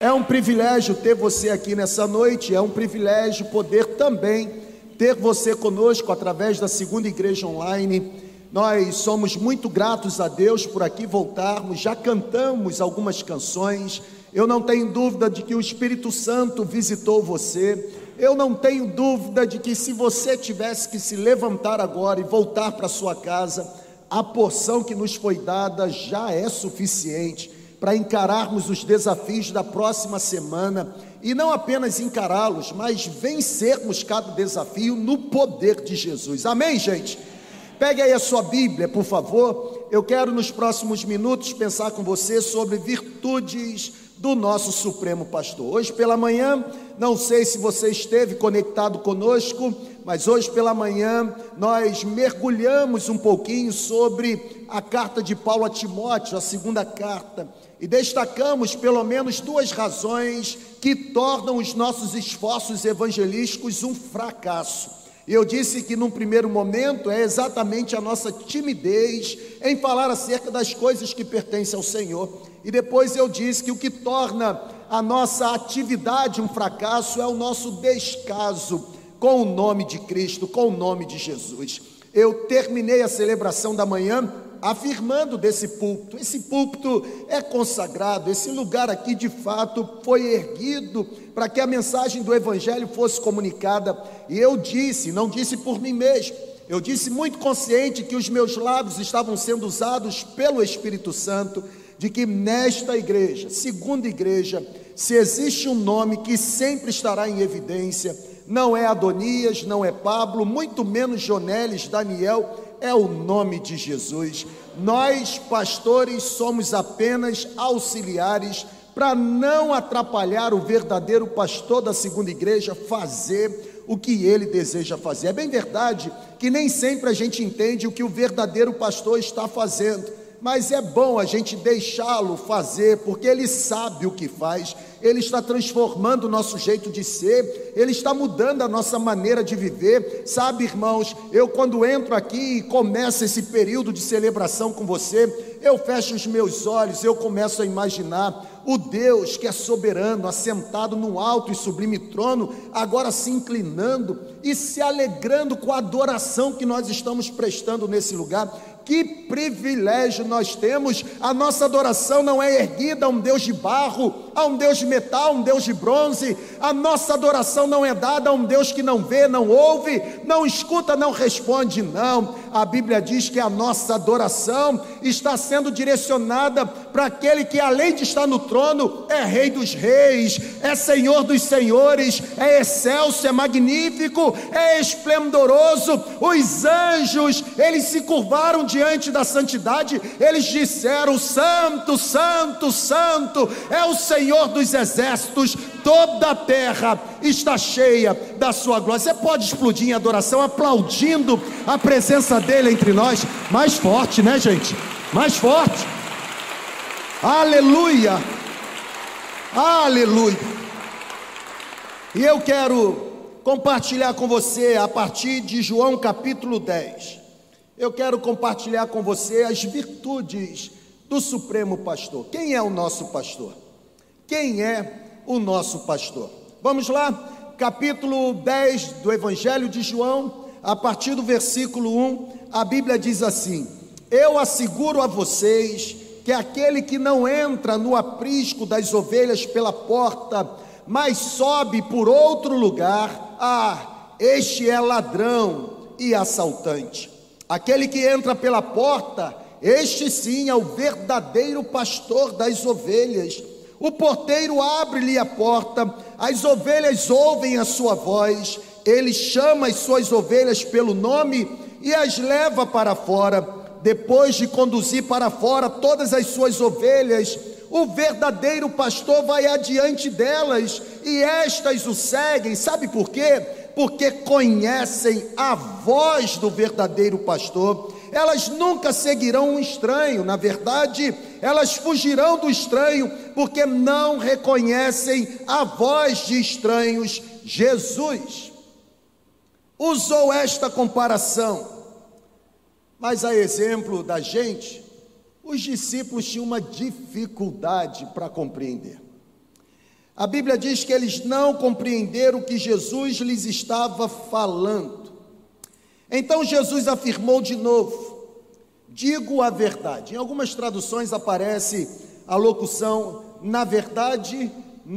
É um privilégio ter você aqui nessa noite, é um privilégio poder também ter você conosco através da Segunda Igreja Online. Nós somos muito gratos a Deus por aqui voltarmos, já cantamos algumas canções. Eu não tenho dúvida de que o Espírito Santo visitou você. Eu não tenho dúvida de que se você tivesse que se levantar agora e voltar para sua casa, a porção que nos foi dada já é suficiente para encararmos os desafios da próxima semana, e não apenas encará-los, mas vencermos cada desafio no poder de Jesus. Amém, gente? Pegue aí a sua Bíblia, por favor. Eu quero nos próximos minutos pensar com você sobre virtudes do nosso Supremo Pastor. Hoje pela manhã, não sei se você esteve conectado conosco, mas hoje pela manhã nós mergulhamos um pouquinho sobre a carta de Paulo a Timóteo, a segunda carta, e destacamos pelo menos duas razões que tornam os nossos esforços evangelísticos um fracasso. E eu disse que num primeiro momento é exatamente a nossa timidez em falar acerca das coisas que pertencem ao Senhor. E depois eu disse que o que torna a nossa atividade um fracasso é o nosso descaso com o nome de Cristo, com o nome de Jesus. Eu terminei a celebração da manhã afirmando desse púlpito. Esse púlpito é consagrado, esse lugar aqui de fato foi erguido para que a mensagem do Evangelho fosse comunicada. E eu disse, não disse por mim mesmo, eu disse muito consciente que os meus lábios estavam sendo usados pelo Espírito Santo, de que nesta igreja, segunda igreja, se existe um nome que sempre estará em evidência, não é Adonias, não é Pablo, muito menos Jonelis, Daniel, é o nome de Jesus. Nós, pastores, somos apenas auxiliares para não atrapalhar o verdadeiro pastor da segunda igreja fazer o que ele deseja fazer. É bem verdade que nem sempre a gente entende o que o verdadeiro pastor está fazendo, mas é bom a gente deixá-lo fazer, porque ele sabe o que faz. Ele está transformando o nosso jeito de ser, Ele está mudando a nossa maneira de viver. Sabe, irmãos, eu quando entro aqui e começo esse período de celebração com você, eu fecho os meus olhos, eu começo a imaginar o Deus que é soberano, assentado num alto e sublime trono, agora se inclinando e se alegrando com a adoração que nós estamos prestando nesse lugar. Que privilégio nós temos! A nossa adoração não é erguida a um Deus de barro, a um Deus de metal, a um Deus de bronze. A nossa adoração não é dada a um Deus que não vê, não ouve, não escuta, não responde, não. A Bíblia diz que a nossa adoração está sendo direcionada para aquele que, além de estar no trono, é Rei dos reis, é Senhor dos senhores, é excelso, é magnífico, é esplendoroso. Os anjos, eles se curvaram diante da santidade, eles disseram: santo, santo, santo é o Senhor dos exércitos, toda a terra está cheia da sua glória. Você pode explodir em adoração aplaudindo a presença dele entre nós? Mais forte, né, gente? Mais forte. Aleluia, aleluia. E eu quero compartilhar com você a partir de João capítulo 10. Eu quero compartilhar com você as virtudes do Supremo Pastor. Quem é o nosso pastor? Quem é o nosso pastor? Vamos lá, capítulo 10 do Evangelho de João, a partir do versículo 1, a Bíblia diz assim: eu asseguro a vocês que aquele que não entra no aprisco das ovelhas pela porta, mas sobe por outro lugar, este é ladrão e assaltante. Aquele que entra pela porta, este sim é o verdadeiro pastor das ovelhas. O porteiro abre-lhe a porta, as ovelhas ouvem a sua voz, ele chama as suas ovelhas pelo nome e as leva para fora. Depois de conduzir para fora todas as suas ovelhas, o verdadeiro pastor vai adiante delas e estas o seguem. Sabe por quê? Porque conhecem a voz do verdadeiro pastor. Elas nunca seguirão um estranho, na verdade, elas fugirão do estranho, porque não reconhecem a voz de estranhos. Jesus usou esta comparação, mas a exemplo da gente, os discípulos tinham uma dificuldade para compreender. A Bíblia diz que eles não compreenderam o que Jesus lhes estava falando. Então Jesus afirmou de novo: digo a verdade. Em algumas traduções aparece a locução na verdade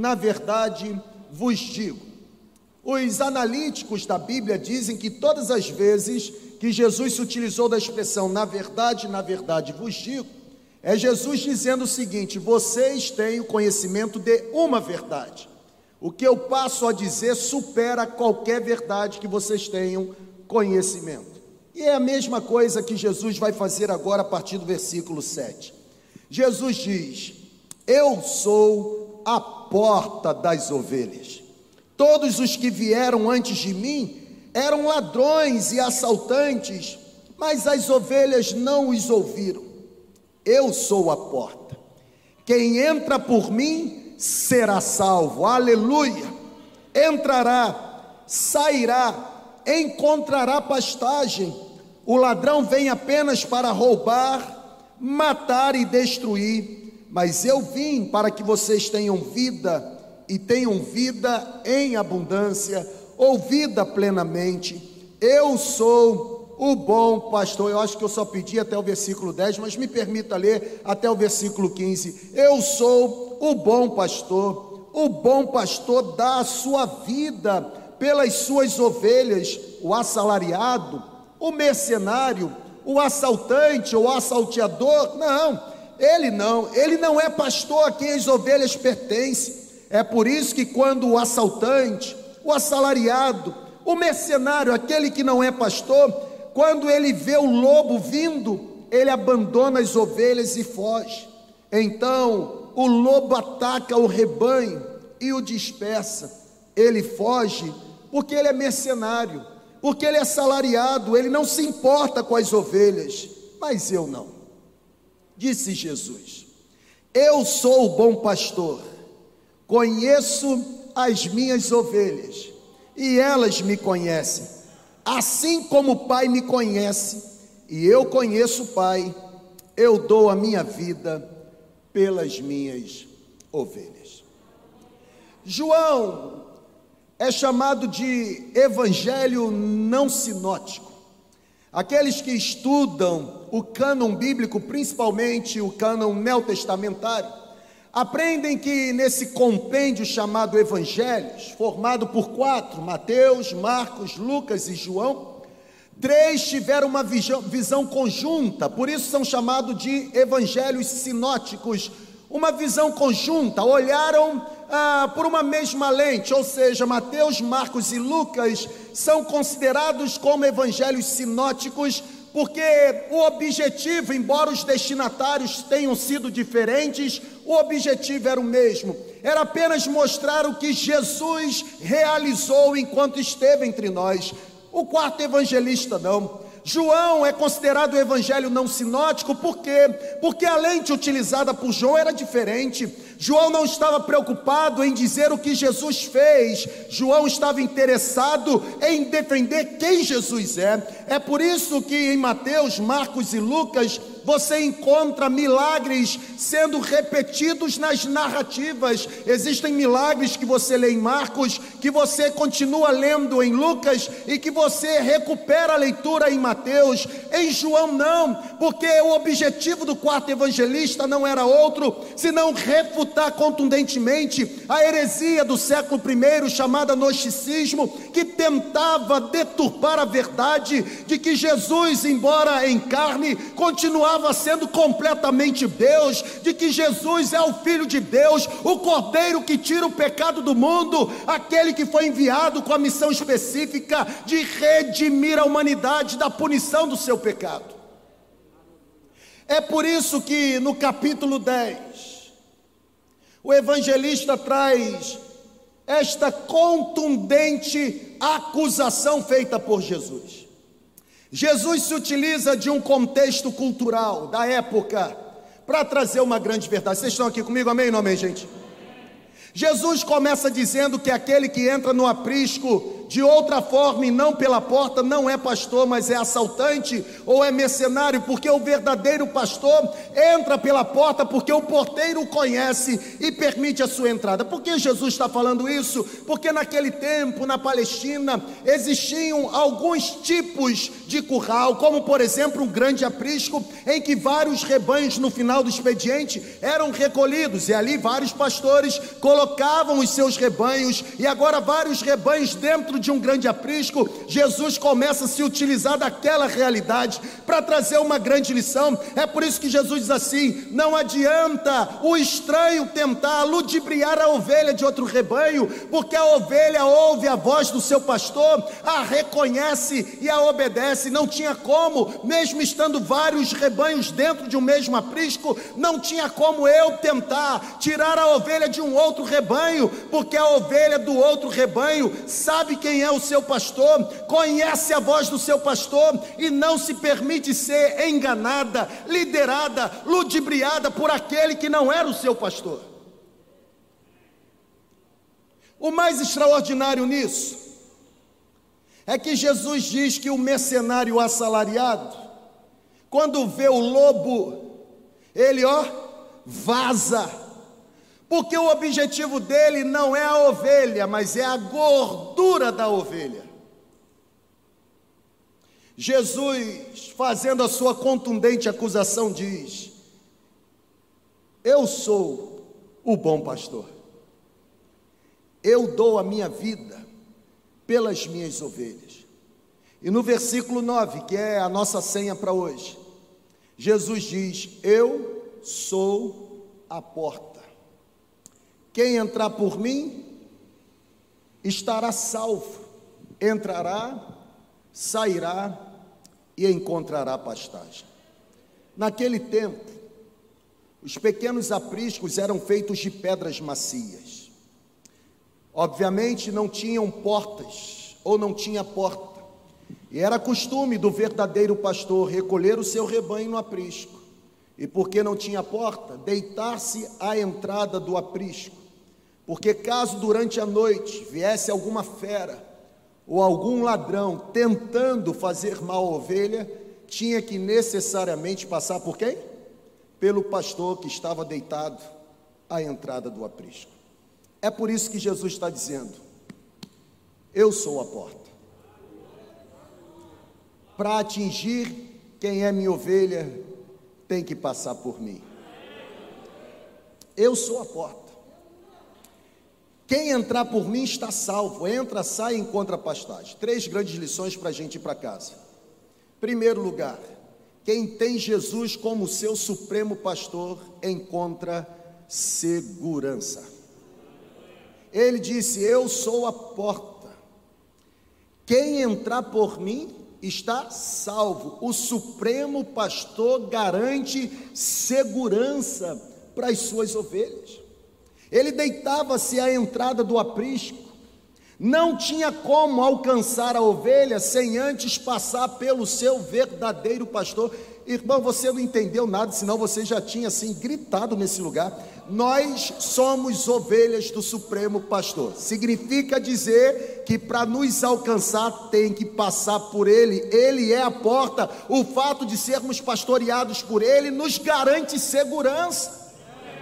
vos digo. Os analíticos da Bíblia dizem que todas as vezes que Jesus se utilizou da expressão na verdade vos digo, é Jesus dizendo o seguinte: vocês têm o conhecimento de uma verdade. O que eu passo a dizer supera qualquer verdade que vocês tenham conhecimento. E é a mesma coisa que Jesus vai fazer agora a partir do versículo 7. Jesus diz: eu sou a porta das ovelhas. Todos os que vieram antes de mim eram ladrões e assaltantes, mas as ovelhas não os ouviram. Eu sou a porta. Quem entra por mim será salvo. Aleluia! Entrará, sairá, encontrará pastagem. O ladrão vem apenas para roubar, matar e destruir, mas eu vim para que vocês tenham vida e tenham vida em abundância, ou vida plenamente. Eu sou o bom pastor. Eu acho que eu só pedi até o versículo 10, mas me permita ler até o versículo 15. Eu sou o bom pastor. O bom pastor dá a sua vida pelas suas ovelhas. O assalariado, o mercenário, o assaltante ou assalteador, ele não é pastor a quem as ovelhas pertencem. É por isso que quando o assaltante, o assalariado, o mercenário, aquele que não é pastor, quando ele vê o lobo vindo, ele abandona as ovelhas e foge. Então o lobo ataca o rebanho e o dispersa. Ele foge porque ele é mercenário, porque ele é assalariado, ele não se importa com as ovelhas. Mas eu não. Disse Jesus: eu sou o bom pastor, conheço as minhas ovelhas e elas me conhecem, assim como o Pai me conhece e eu conheço o Pai. Eu dou a minha vida pelas minhas ovelhas. João é chamado de evangelho não sinótico. Aqueles que estudam o cânon bíblico, principalmente o cânon neotestamentário, aprendem que nesse compêndio chamado Evangelhos, formado por 4, Mateus, Marcos, Lucas e João, 3 tiveram uma visão conjunta, por isso são chamados de evangelhos sinóticos. Uma visão conjunta, olharam por uma mesma lente, ou seja, Mateus, Marcos e Lucas são considerados como evangelhos sinóticos, porque o objetivo, embora os destinatários tenham sido diferentes, o objetivo era o mesmo, era apenas mostrar o que Jesus realizou enquanto esteve entre nós. O quarto evangelista não. João é considerado o evangelho não sinótico, por quê? Porque a lente utilizada por João era diferente. João não estava preocupado em dizer o que Jesus fez, João estava interessado em defender quem Jesus é. É por isso que em Mateus, Marcos e Lucas você encontra milagres sendo repetidos nas narrativas. Existem milagres que você lê em Marcos, que você continua lendo em Lucas e que você recupera a leitura em Mateus. Em João não, porque o objetivo do quarto evangelista não era outro senão refutar contundentemente a heresia do século I, chamada gnosticismo, que tentava deturpar a verdade de que Jesus, embora em carne, continuava sendo completamente Deus, de que Jesus é o Filho de Deus, o Cordeiro que tira o pecado do mundo, aquele que foi enviado com a missão específica de redimir a humanidade da punição do seu pecado. É por isso que no capítulo 10, o evangelista traz esta contundente acusação feita por Jesus. Jesus se utiliza de um contexto cultural da época para trazer uma grande verdade. Vocês estão aqui comigo? Amém ou não amém, gente? Jesus começa dizendo que aquele que entra no aprisco de outra forma e não pela porta, não é pastor, mas é assaltante ou é mercenário, porque o verdadeiro pastor entra pela porta, porque o porteiro o conhece e permite a sua entrada. Por que Jesus está falando isso? Porque naquele tempo, na Palestina, existiam alguns tipos de curral, como por exemplo um grande aprisco, em que vários rebanhos no final do expediente eram recolhidos, e ali vários pastores colocavam os seus rebanhos, e agora vários rebanhos dentro de um grande aprisco. Jesus começa a se utilizar daquela realidade para trazer uma grande lição. É por isso que Jesus diz assim: não adianta o estranho tentar ludibriar a ovelha de outro rebanho, porque a ovelha ouve a voz do seu pastor, a reconhece e a obedece. Não tinha como, mesmo estando vários rebanhos dentro de um mesmo aprisco, não tinha como eu tentar tirar a ovelha de um outro rebanho, porque a ovelha do outro rebanho sabe quem é o seu pastor, conhece a voz do seu pastor e não se permite ser enganada, liderada, ludibriada por aquele que não era o seu pastor. O mais extraordinário nisso é que Jesus diz que o mercenário assalariado, quando vê o lobo, ele vaza, porque o objetivo dele não é a ovelha, mas é a gordura da ovelha. Jesus, fazendo a sua contundente acusação, diz: eu sou o bom pastor, eu dou a minha vida pelas minhas ovelhas. E no versículo 9, que é a nossa senha para hoje, Jesus diz: eu sou a porta, quem entrar por mim estará salvo, entrará, sairá e encontrará pastagem. Naquele tempo, os pequenos apriscos eram feitos de pedras macias. Obviamente não tinham portas, ou não tinha porta, e era costume do verdadeiro pastor recolher o seu rebanho no aprisco, e porque não tinha porta, deitar-se à entrada do aprisco, porque caso durante a noite viesse alguma fera ou algum ladrão tentando fazer mal à ovelha, tinha que necessariamente passar por quem? Pelo pastor que estava deitado à entrada do aprisco. É por isso que Jesus está dizendo: eu sou a porta. Para atingir quem é minha ovelha, tem que passar por mim. Eu sou a porta. Quem entrar por mim está salvo. Entra, sai e encontra pastagem. 3 grandes lições para a gente ir para casa. Primeiro lugar, quem tem Jesus como seu supremo pastor encontra segurança. Ele disse: eu sou a porta, quem entrar por mim está salvo. O supremo pastor garante segurança para as suas ovelhas. Ele deitava-se à entrada do aprisco, não tinha como alcançar a ovelha sem antes passar pelo seu verdadeiro pastor. Irmão, você não entendeu nada, senão você já tinha assim gritado nesse lugar. Nós somos ovelhas do Supremo Pastor. Significa dizer que para nos alcançar tem que passar por Ele. Ele é a porta. O fato de sermos pastoreados por Ele nos garante segurança.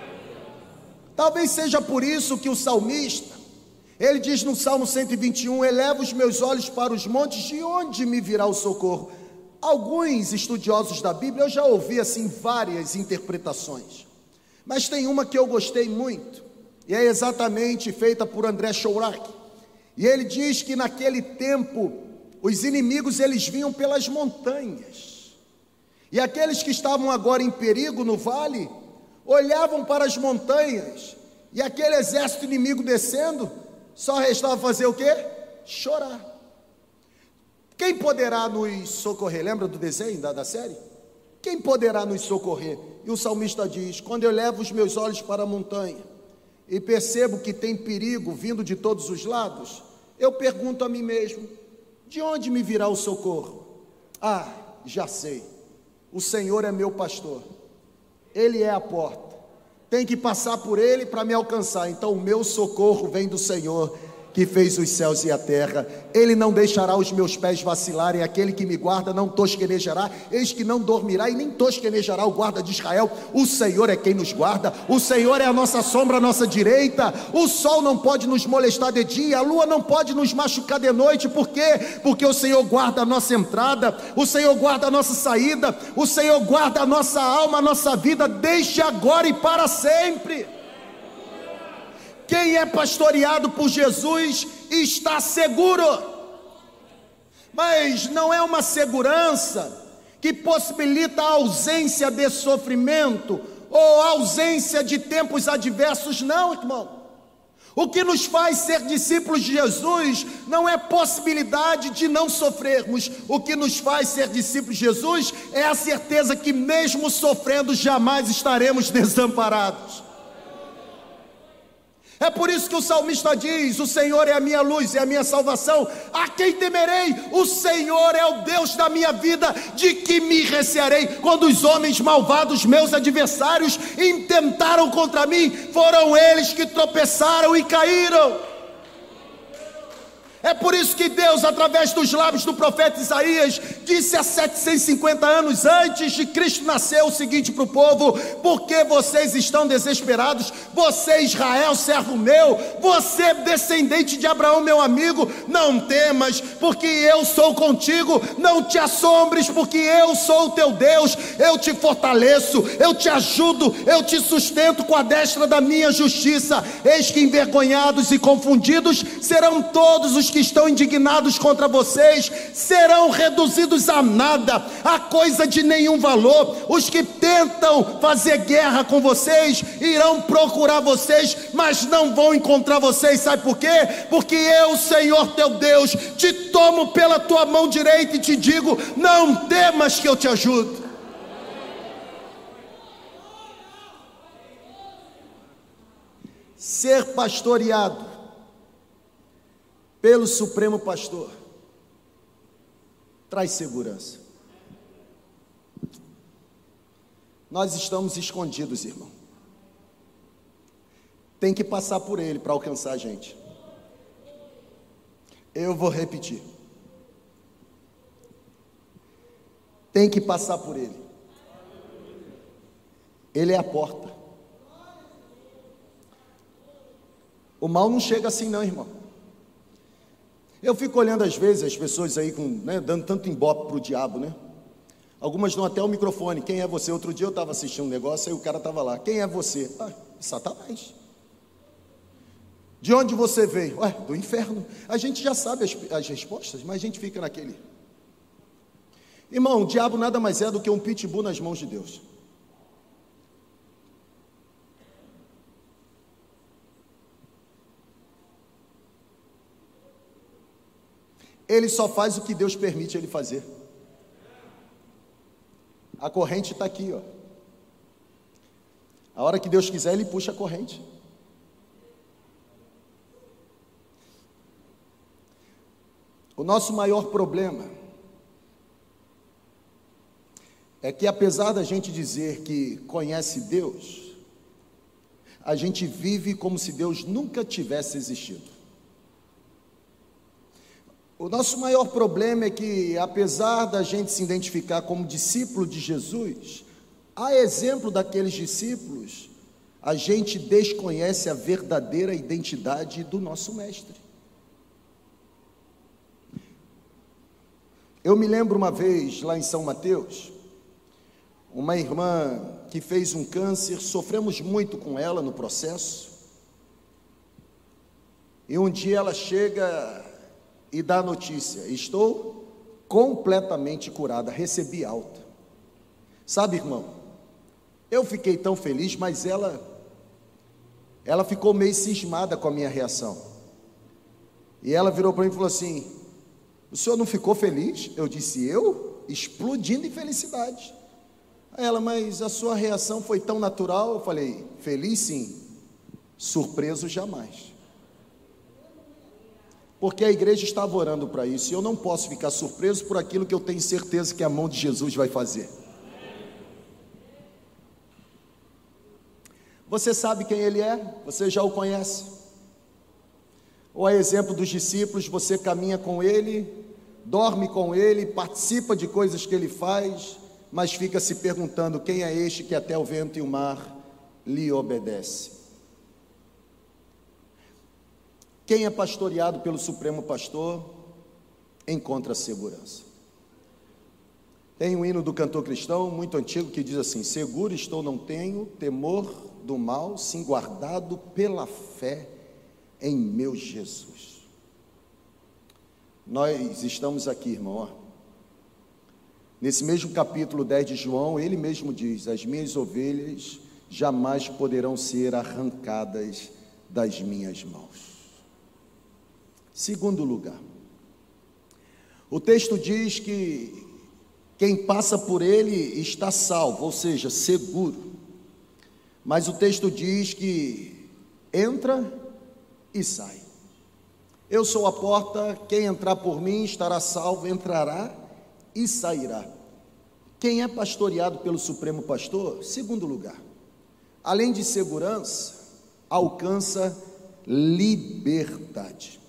Talvez seja por isso que o salmista, ele diz no Salmo 121, eleva os meus olhos para os montes, de onde me virá o socorro? Alguns estudiosos da Bíblia, eu já ouvi assim várias interpretações, mas tem uma que eu gostei muito, e é exatamente feita por André Chourac, e ele diz que naquele tempo, os inimigos eles vinham pelas montanhas, e aqueles que estavam agora em perigo no vale, olhavam para as montanhas, e aquele exército inimigo descendo, só restava fazer o quê? Chorar. Quem poderá nos socorrer? Lembra do desenho da série? Quem poderá nos socorrer? E o salmista diz: quando eu levo os meus olhos para a montanha e percebo que tem perigo vindo de todos os lados, eu pergunto a mim mesmo: de onde me virá o socorro? Ah, já sei, o Senhor é meu pastor, Ele é a porta, tem que passar por Ele para me alcançar, então o meu socorro vem do Senhor, que fez os céus e a terra. Ele não deixará os meus pés vacilarem, aquele que me guarda não tosquenejará, eis que não dormirá e nem tosquenejará o guarda de Israel. O Senhor é quem nos guarda, o Senhor é a nossa sombra à nossa direita. O sol não pode nos molestar de dia, a lua não pode nos machucar de noite. Por quê? Porque o Senhor guarda a nossa entrada, o Senhor guarda a nossa saída, o Senhor guarda a nossa alma, a nossa vida, desde agora e para sempre. Quem é pastoreado por Jesus está seguro, mas não é uma segurança que possibilita a ausência de sofrimento ou a ausência de tempos adversos, não, irmão. O que nos faz ser discípulos de Jesus não é possibilidade de não sofrermos. O que nos faz ser discípulos de Jesus é a certeza que mesmo sofrendo jamais estaremos desamparados. É por isso que o salmista diz: o Senhor é a minha luz, é a minha salvação, a quem temerei? O Senhor é o Deus da minha vida, de que me recearei? Quando os homens malvados, meus adversários, intentaram contra mim, foram eles que tropeçaram e caíram. É por isso que Deus, através dos lábios do profeta Isaías, disse há 750 anos antes de Cristo nascer o seguinte para o povo: porque vocês estão desesperados, você Israel, servo meu, você descendente de Abraão, meu amigo, não temas, porque eu sou contigo, não te assombres, porque eu sou o teu Deus, eu te fortaleço, eu te ajudo, eu te sustento com a destra da minha justiça. Eis que envergonhados e confundidos serão todos os que estão indignados contra vocês, serão reduzidos a nada, a coisa de nenhum valor. Os que tentam fazer guerra com vocês irão procurar vocês, mas não vão encontrar vocês. Sabe por quê? Porque eu, Senhor teu Deus, te tomo pela tua mão direita e te digo: não temas, que eu te ajudo. Ser pastoreado pelo Supremo Pastor traz segurança. Nós estamos escondidos, irmão. Tem que passar por ele para alcançar a gente. Eu vou repetir. Tem que passar por ele. Ele é a porta. O mal não chega assim não, irmão. Eu fico olhando às vezes as pessoas aí dando tanto ibope para o diabo, né? Algumas dão até o microfone: quem é você? Outro dia eu estava assistindo um negócio, aí o cara estava lá: quem é você? Satanás. De onde você veio? Do inferno. A gente já sabe as respostas, mas a gente fica naquele. Irmão, o diabo nada mais é do que um pitbull nas mãos de Deus. Ele só faz o que Deus permite ele fazer. A corrente está aqui, ó. A hora que Deus quiser, ele puxa a corrente. O nosso maior problema é que, apesar da gente dizer que conhece Deus, a gente vive como se Deus nunca tivesse existido. O nosso maior problema é que, apesar da gente se identificar como discípulo de Jesus, a exemplo daqueles discípulos, a gente desconhece a verdadeira identidade do nosso mestre. Eu me lembro uma vez, lá em São Mateus, uma irmã que fez um câncer, sofremos muito com ela no processo, e um dia ela chega e dá a notícia: estou completamente curada, recebi alta. Sabe, irmão, eu fiquei tão feliz, mas ela ficou meio cismada com a minha reação. E ela virou para mim e falou assim: o senhor não ficou feliz? Eu disse: eu? Explodindo em felicidade. Aí ela: mas a sua reação foi tão natural. Eu falei: feliz sim, surpreso jamais. Porque a igreja estava orando para isso, e eu não posso ficar surpreso por aquilo que eu tenho certeza que a mão de Jesus vai fazer. Você sabe quem ele é? Você já o conhece? Ou a exemplo dos discípulos, você caminha com ele, dorme com ele, participa de coisas que ele faz, mas fica se perguntando: quem é este que até o vento e o mar lhe obedece? Quem é pastoreado pelo Supremo Pastor encontra segurança. Tem um hino do cantor cristão muito antigo que diz assim: seguro estou, não tenho temor do mal, sim guardado pela fé em meu Jesus. Nós estamos aqui, irmão, ó. Nesse mesmo capítulo 10 de João, ele mesmo diz: as minhas ovelhas jamais poderão ser arrancadas das minhas mãos. Segundo lugar, o texto diz que quem passa por ele está salvo, ou seja, seguro. Mas o texto diz que entra e sai. Eu sou a porta, quem entrar por mim estará salvo, entrará e sairá. Quem é pastoreado pelo Supremo Pastor? Segundo lugar, além de segurança, alcança liberdade.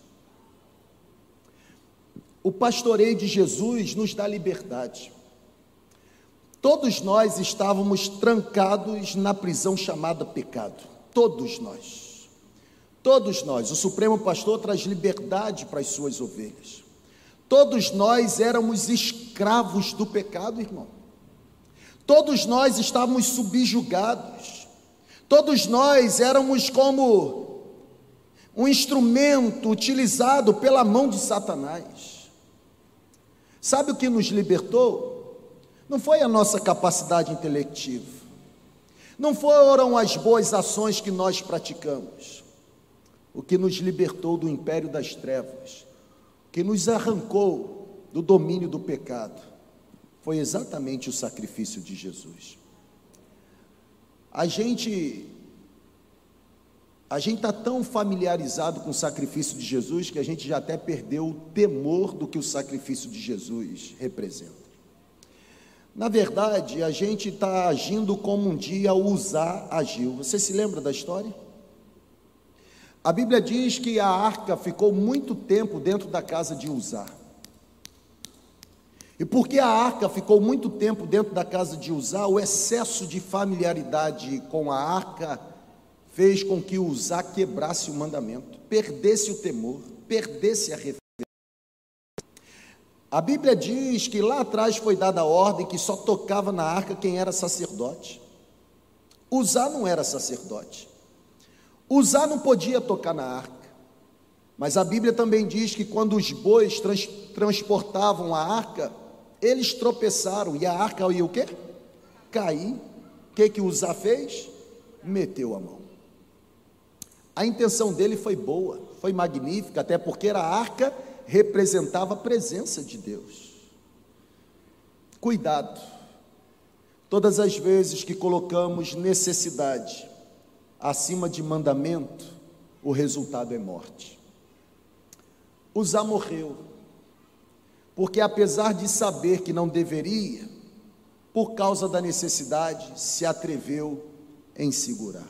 O pastoreio de Jesus nos dá liberdade. Todos nós estávamos trancados na prisão chamada pecado. Todos nós. Todos nós. O Supremo Pastor traz liberdade para as suas ovelhas. Todos nós éramos escravos do pecado, irmão. Todos nós estávamos subjugados. Todos nós éramos como um instrumento utilizado pela mão de Satanás. Sabe o que nos libertou? Não foi a nossa capacidade intelectiva, não foram as boas ações que nós praticamos. O que nos libertou do império das trevas, o que nos arrancou do domínio do pecado, foi exatamente o sacrifício de Jesus. A gente está tão familiarizado com o sacrifício de Jesus que a gente já até perdeu o temor do que o sacrifício de Jesus representa. Na verdade, a gente está agindo como um dia Uzá agiu. Você se lembra da história? A Bíblia diz que a arca ficou muito tempo dentro da casa de Uzá. E porque a arca ficou muito tempo dentro da casa de Uzá, o excesso de familiaridade com a arca fez com que Uzá quebrasse o mandamento, perdesse o temor, perdesse a referência. A Bíblia diz que lá atrás foi dada a ordem que só tocava na arca quem era sacerdote. Uzá não era sacerdote. Uzá não podia tocar na arca. Mas a Bíblia também diz que quando os bois transportavam a arca, eles tropeçaram e a arca ia o quê? Cair. O que Uzá fez? Meteu a mão. A intenção dele foi boa, foi magnífica, até porque era a arca representava a presença de Deus. Cuidado, todas as vezes que colocamos necessidade acima de mandamento, o resultado é morte. Uzá morreu, porque apesar de saber que não deveria, por causa da necessidade, se atreveu em segurar.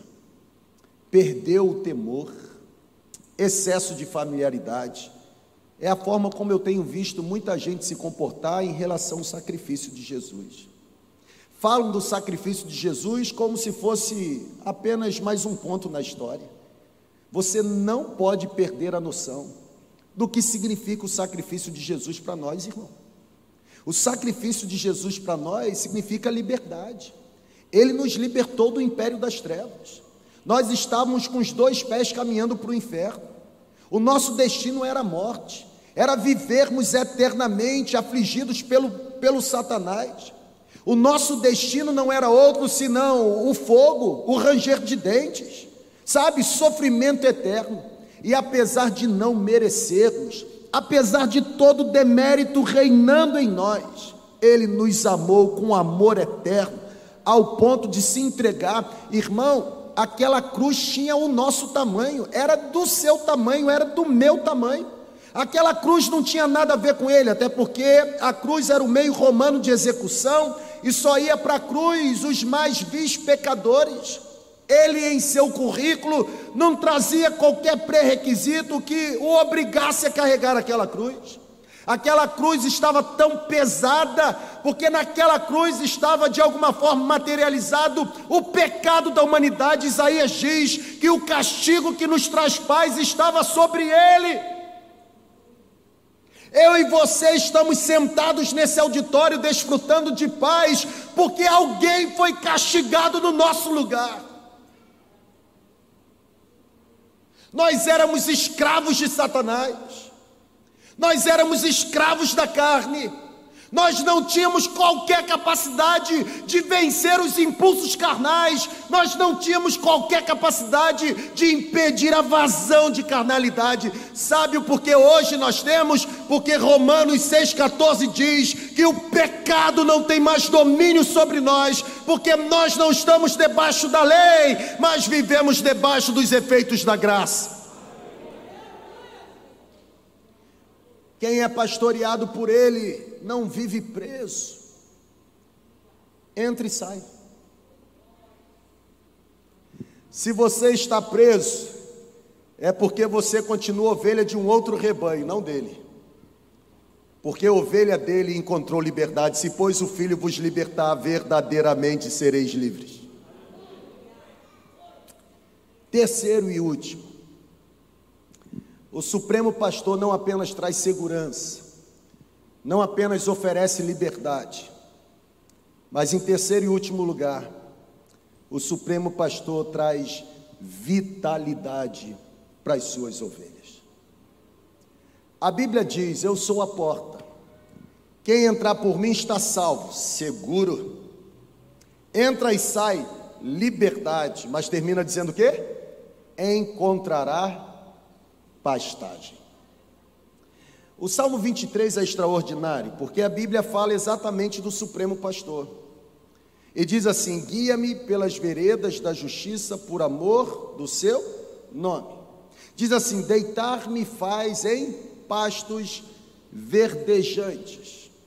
Perdeu o temor, excesso de familiaridade. É a forma como eu tenho visto muita gente se comportar em relação ao sacrifício de Jesus. Falam do sacrifício de Jesus como se fosse apenas mais um ponto na história. Você não pode perder a noção do que significa o sacrifício de Jesus para nós, irmão. O sacrifício de Jesus para nós significa liberdade. Ele nos libertou do império das trevas. Nós estávamos com os dois pés caminhando para o inferno. O nosso destino era a morte, era vivermos eternamente afligidos pelo Satanás. O nosso destino não era outro senão o fogo, o ranger de dentes, sabe, sofrimento eterno. E apesar de não merecermos, apesar de todo o demérito reinando em nós, Ele nos amou com amor eterno, ao ponto de se entregar. Irmão, aquela cruz tinha o nosso tamanho, era do seu tamanho, era do meu tamanho. Aquela cruz não tinha nada a ver com ele, até porque a cruz era o meio romano de execução, e só ia para a cruz os mais vis pecadores. Ele em seu currículo não trazia qualquer pré-requisito que o obrigasse a carregar aquela cruz. Aquela cruz estava tão pesada, porque naquela cruz estava de alguma forma materializado o pecado da humanidade. Isaías diz que o castigo que nos traz paz estava sobre ele. Eu e você estamos sentados nesse auditório desfrutando de paz, porque alguém foi castigado no nosso lugar. Nós éramos escravos de Satanás, nós éramos escravos da carne, nós não tínhamos qualquer capacidade de vencer os impulsos carnais, nós não tínhamos qualquer capacidade de impedir a vazão de carnalidade. Sabe o porquê hoje nós temos? Porque Romanos 6,14 diz que o pecado não tem mais domínio sobre nós, porque nós não estamos debaixo da lei, mas vivemos debaixo dos efeitos da graça. Quem é pastoreado por Ele não vive preso. Entra e sai. Se você está preso, é porque você continua ovelha de um outro rebanho, não dele. Porque a ovelha dele encontrou liberdade. Se pois o Filho vos libertar, verdadeiramente sereis livres. Terceiro e último. O Supremo Pastor não apenas traz segurança, não apenas oferece liberdade, mas em terceiro e último lugar, o Supremo Pastor traz vitalidade para as suas ovelhas. A Bíblia diz: eu sou a porta, quem entrar por mim está salvo, seguro, entra e sai, liberdade, mas termina dizendo o quê? Encontrará pastagem. O Salmo 23 é extraordinário, porque a Bíblia fala exatamente do Supremo Pastor. E diz assim: guia-me pelas veredas da justiça por amor do seu nome. Diz assim: deitar-me faz em pastos verdejantes.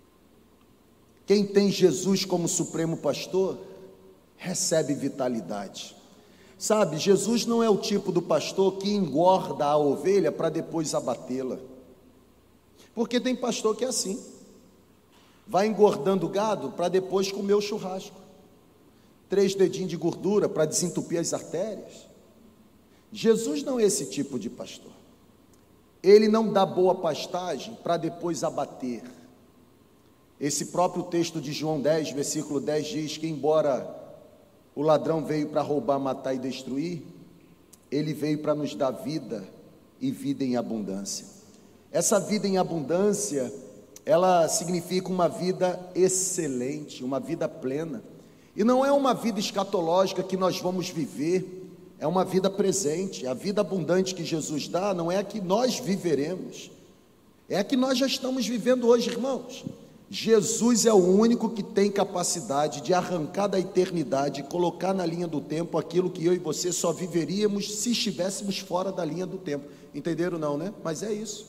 Quem tem Jesus como Supremo Pastor, recebe vitalidade. Sabe, Jesus não é o tipo do pastor que engorda a ovelha para depois abatê-la. Porque tem pastor que é assim, vai engordando o gado para depois comer o churrasco, 3 dedinhos de gordura para desentupir as artérias. Jesus não é esse tipo de pastor. Ele não dá boa pastagem para depois abater. Esse próprio texto de João 10, versículo 10 diz que embora o ladrão veio para roubar, matar e destruir, ele veio para nos dar vida e vida em abundância. Essa vida em abundância, ela significa uma vida excelente, uma vida plena. E não é uma vida escatológica que nós vamos viver, é uma vida presente. A vida abundante que Jesus dá não é a que nós viveremos, é a que nós já estamos vivendo hoje, irmãos. Jesus é o único que tem capacidade de arrancar da eternidade e colocar na linha do tempo aquilo que eu e você só viveríamos se estivéssemos fora da linha do tempo. Entenderam não, né? Mas é isso.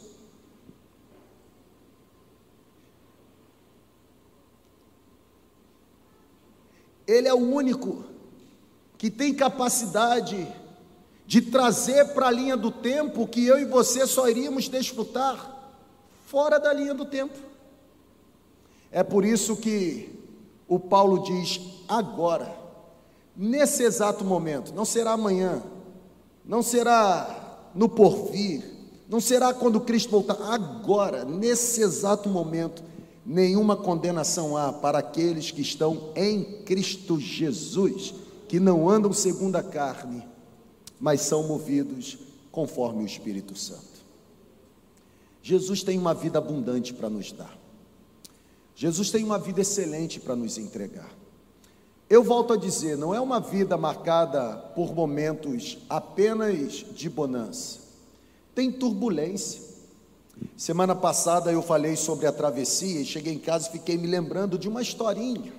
Ele é o único que tem capacidade de trazer para a linha do tempo que eu e você só iríamos desfrutar fora da linha do tempo. É por isso que o Paulo diz: agora, nesse exato momento, não será amanhã, não será no porvir, não será quando Cristo voltar, agora, nesse exato momento, nenhuma condenação há para aqueles que estão em Cristo Jesus, que não andam segundo a carne, mas são movidos conforme o Espírito Santo. Jesus tem uma vida abundante para nos dar. Jesus tem uma vida excelente para nos entregar. Eu volto a dizer, não é uma vida marcada por momentos apenas de bonança. Tem turbulência. Semana passada eu falei sobre a travessia e cheguei em casa e fiquei me lembrando de uma historinha.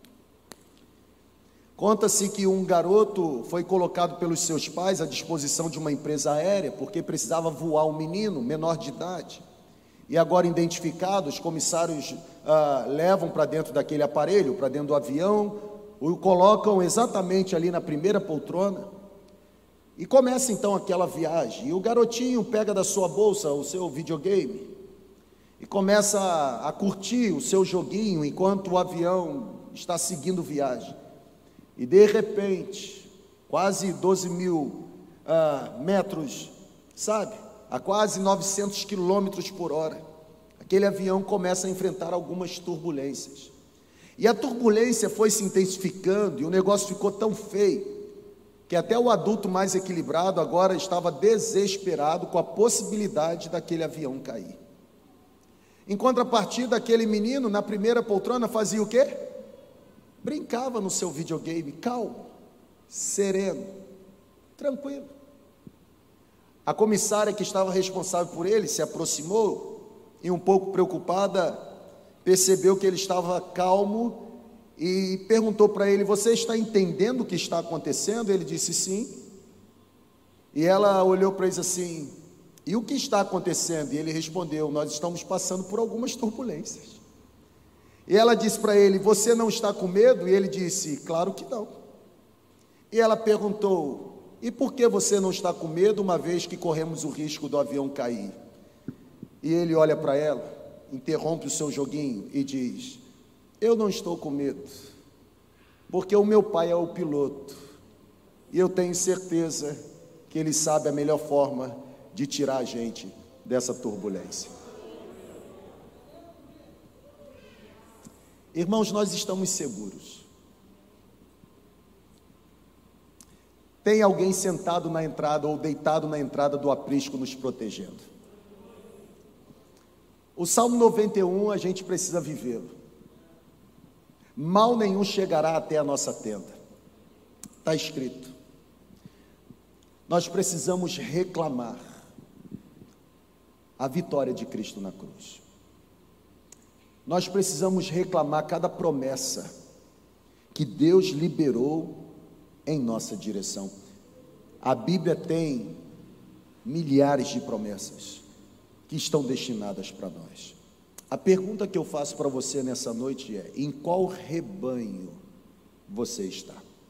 Conta-se que um garoto foi colocado pelos seus pais à disposição de uma empresa aérea porque precisava voar um menino menor de idade. E agora identificado, os comissários levam para dentro daquele aparelho, para dentro do avião, o colocam exatamente ali na primeira poltrona, e começa então aquela viagem, e o garotinho pega da sua bolsa o seu videogame, e começa a curtir o seu joguinho, enquanto o avião está seguindo viagem, e de repente, quase 12 mil metros, sabe, a quase 900 quilômetros por hora, aquele avião começa a enfrentar algumas turbulências, e a turbulência foi se intensificando, e o negócio ficou tão feio, que até o adulto mais equilibrado agora estava desesperado com a possibilidade daquele avião cair. Em contrapartida, aquele menino na primeira poltrona fazia o quê? Brincava no seu videogame, calmo, sereno, tranquilo. A comissária que estava responsável por ele se aproximou e, um pouco preocupada, percebeu que ele estava calmo e perguntou para ele: você está entendendo o que está acontecendo? Ele disse sim. E ela olhou para ele assim: e o que está acontecendo? E ele respondeu: nós estamos passando por algumas turbulências. E ela disse para ele: você não está com medo? E ele disse: claro que não. E ela perguntou: e por que você não está com medo, uma vez que corremos o risco do avião cair? E ele olha para ela, interrompe o seu joguinho e diz: eu não estou com medo, porque o meu pai é o piloto, e eu tenho certeza que ele sabe a melhor forma de tirar a gente dessa turbulência. Irmãos, nós estamos seguros. Tem alguém sentado na entrada ou deitado na entrada do aprisco nos protegendo. O Salmo 91 a gente precisa vivê-lo. Mal nenhum chegará até a nossa tenda. Está escrito. Nós precisamos reclamar a vitória de Cristo na cruz. Nós precisamos reclamar cada promessa que Deus liberou em nossa direção. A Bíblia tem milhares de promessas que estão destinadas para nós. A pergunta que eu faço para você nessa noite é: em qual rebanho você está?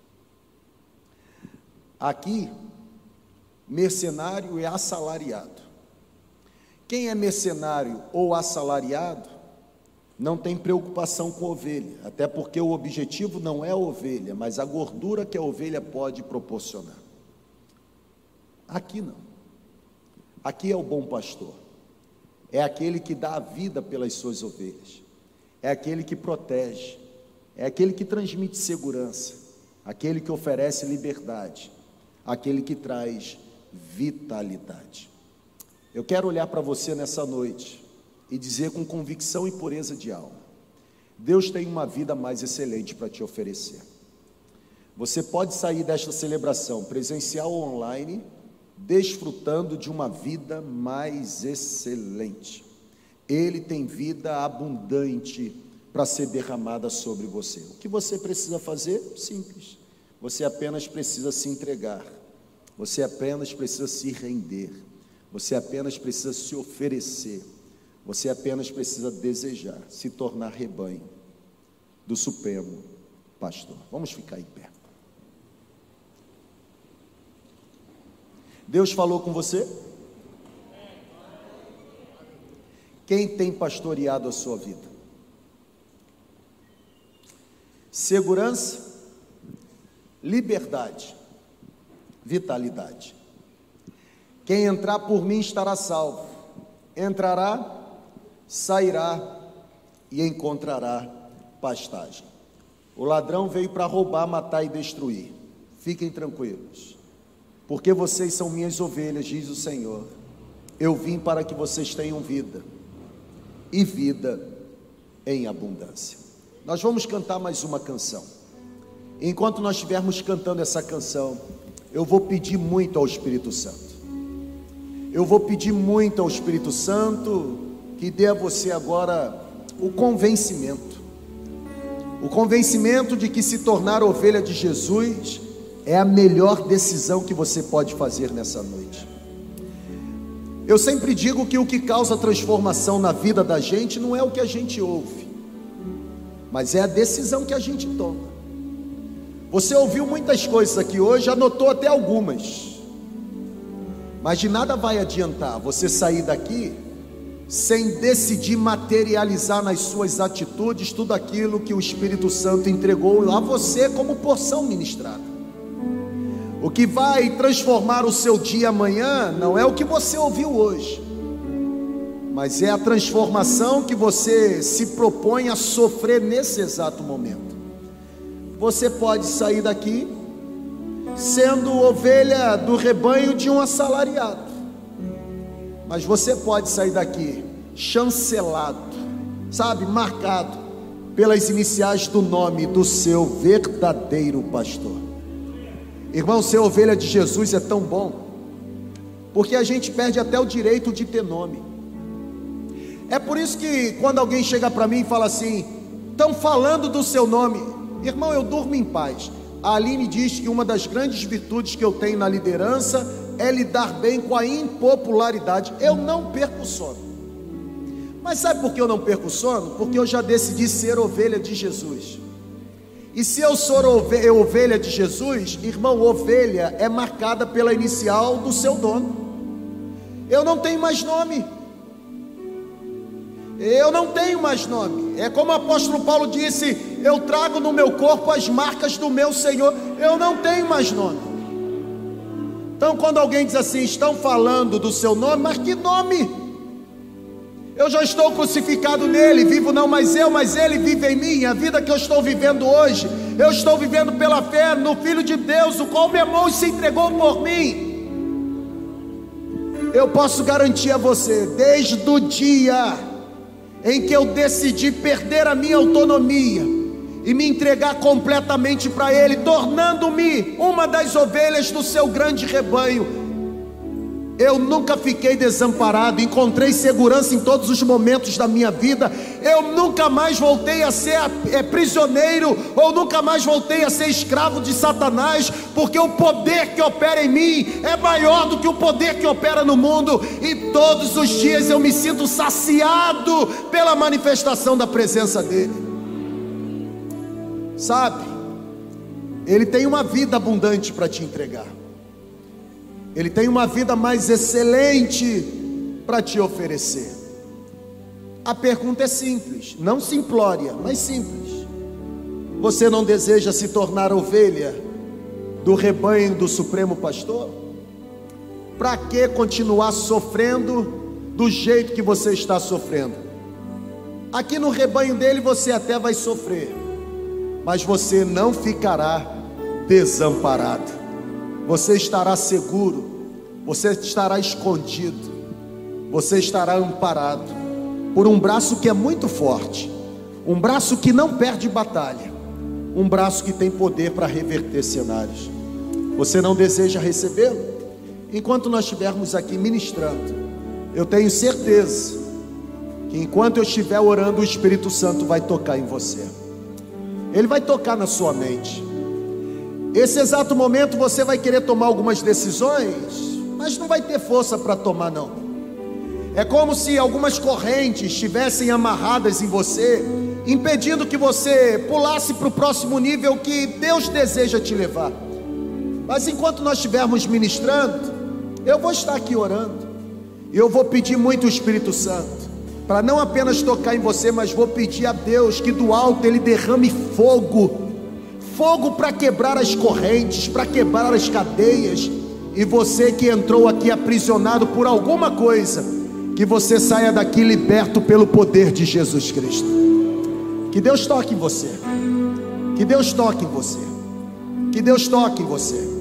Aqui, mercenário é assalariado. Quem é mercenário ou assalariado não tem preocupação com ovelha, até porque o objetivo não é a ovelha, mas a gordura que a ovelha pode proporcionar. Aqui não. Aqui é o bom pastor. É aquele que dá a vida pelas suas ovelhas, é aquele que protege, é aquele que transmite segurança, aquele que oferece liberdade, aquele que traz vitalidade. Eu quero olhar para você nessa noite e dizer com convicção e pureza de alma: Deus tem uma vida mais excelente para te oferecer. Você pode sair desta celebração, presencial ou online, desfrutando de uma vida mais excelente. Ele tem vida abundante para ser derramada sobre você. O que você precisa fazer? Simples. Você apenas precisa se entregar. Você apenas precisa se render. Você apenas precisa se oferecer. Você apenas precisa desejar se tornar rebanho do Supremo Pastor. Vamos ficar em pé. Deus falou com você? Quem tem pastoreado a sua vida? Segurança, liberdade, vitalidade. Quem entrar por mim estará salvo. Entrará, sairá e encontrará pastagem. O ladrão veio para roubar, matar e destruir. Fiquem tranquilos, porque vocês são minhas ovelhas, diz o Senhor. Eu vim para que vocês tenham vida, e vida em abundância. Nós vamos cantar mais uma canção. Enquanto nós estivermos cantando essa canção, eu vou pedir muito ao Espírito Santo. Eu vou pedir muito ao Espírito Santo que dê a você agora o convencimento de que se tornar ovelha de Jesus é a melhor decisão que você pode fazer nessa noite. Eu sempre digo que o que causa transformação na vida da gente não é o que a gente ouve, mas é a decisão que a gente toma. Você ouviu muitas coisas aqui hoje, anotou até algumas, mas de nada vai adiantar você sair daqui sem decidir materializar nas suas atitudes tudo aquilo que o Espírito Santo entregou a você como porção ministrada. O que vai transformar o seu dia amanhã não é o que você ouviu hoje, mas é a transformação que você se propõe a sofrer nesse exato momento. Você pode sair daqui sendo ovelha do rebanho de um assalariado, mas você pode sair daqui chancelado, sabe, marcado pelas iniciais do nome do seu verdadeiro pastor. Irmão, ser ovelha de Jesus é tão bom, porque a gente perde até o direito de ter nome. É por isso que quando alguém chega para mim e fala assim: estão falando do seu nome, irmão, eu durmo em paz. A Aline diz que uma das grandes virtudes que eu tenho na liderança é lidar bem com a impopularidade. Eu não perco sono. Mas sabe por que eu não perco sono? Porque eu já decidi ser ovelha de Jesus. E se eu sou ovelha de Jesus, irmão, ovelha é marcada pela inicial do seu dono. Eu não tenho mais nome. Eu não tenho mais nome. É como o apóstolo Paulo disse: eu trago no meu corpo as marcas do meu Senhor. Eu não tenho mais nome. Então quando alguém diz assim: estão falando do seu nome, mas que nome? Eu já estou crucificado nele, vivo não mais eu, mas ele vive em mim. A vida que eu estou vivendo hoje, eu estou vivendo pela fé no Filho de Deus, o qual me amou e se entregou por mim. Eu posso garantir a você, desde o dia em que eu decidi perder a minha autonomia e me entregar completamente para Ele, tornando-me uma das ovelhas do seu grande rebanho, eu nunca fiquei desamparado, encontrei segurança em todos os momentos da minha vida. Eu nunca mais voltei a ser prisioneiro, ou nunca mais voltei a ser escravo de Satanás, porque o poder que opera em mim é maior do que o poder que opera no mundo, e todos os dias eu me sinto saciado pela manifestação da presença dele. Sabe, ele tem uma vida abundante para te entregar. Ele tem uma vida mais excelente para te oferecer. A pergunta é simples, não simplória, mas simples. Você não deseja se tornar ovelha do rebanho do Supremo Pastor? Para que continuar sofrendo do jeito que você está sofrendo? Aqui no rebanho dele você até vai sofrer, mas você não ficará desamparado. Você estará seguro, você estará escondido, você estará amparado por um braço que é muito forte, um braço que não perde batalha, um braço que tem poder para reverter cenários. Você não deseja recebê-lo? Enquanto nós estivermos aqui ministrando, eu tenho certeza que enquanto eu estiver orando, o Espírito Santo vai tocar em você. Ele vai tocar na sua mente. Esse exato momento você vai querer tomar algumas decisões, mas não vai ter força para tomar não. É como se algumas correntes estivessem amarradas em você, impedindo que você pulasse para o próximo nível que Deus deseja te levar. Mas enquanto nós estivermos ministrando, eu vou estar aqui orando, e eu vou pedir muito o Espírito Santo, para não apenas tocar em você, mas vou pedir a Deus que do alto Ele derrame fogo para quebrar as correntes, para quebrar as cadeias, e você que entrou aqui aprisionado por alguma coisa, que você saia daqui liberto pelo poder de Jesus Cristo. Que Deus toque em você, que Deus toque em você, que Deus toque em você.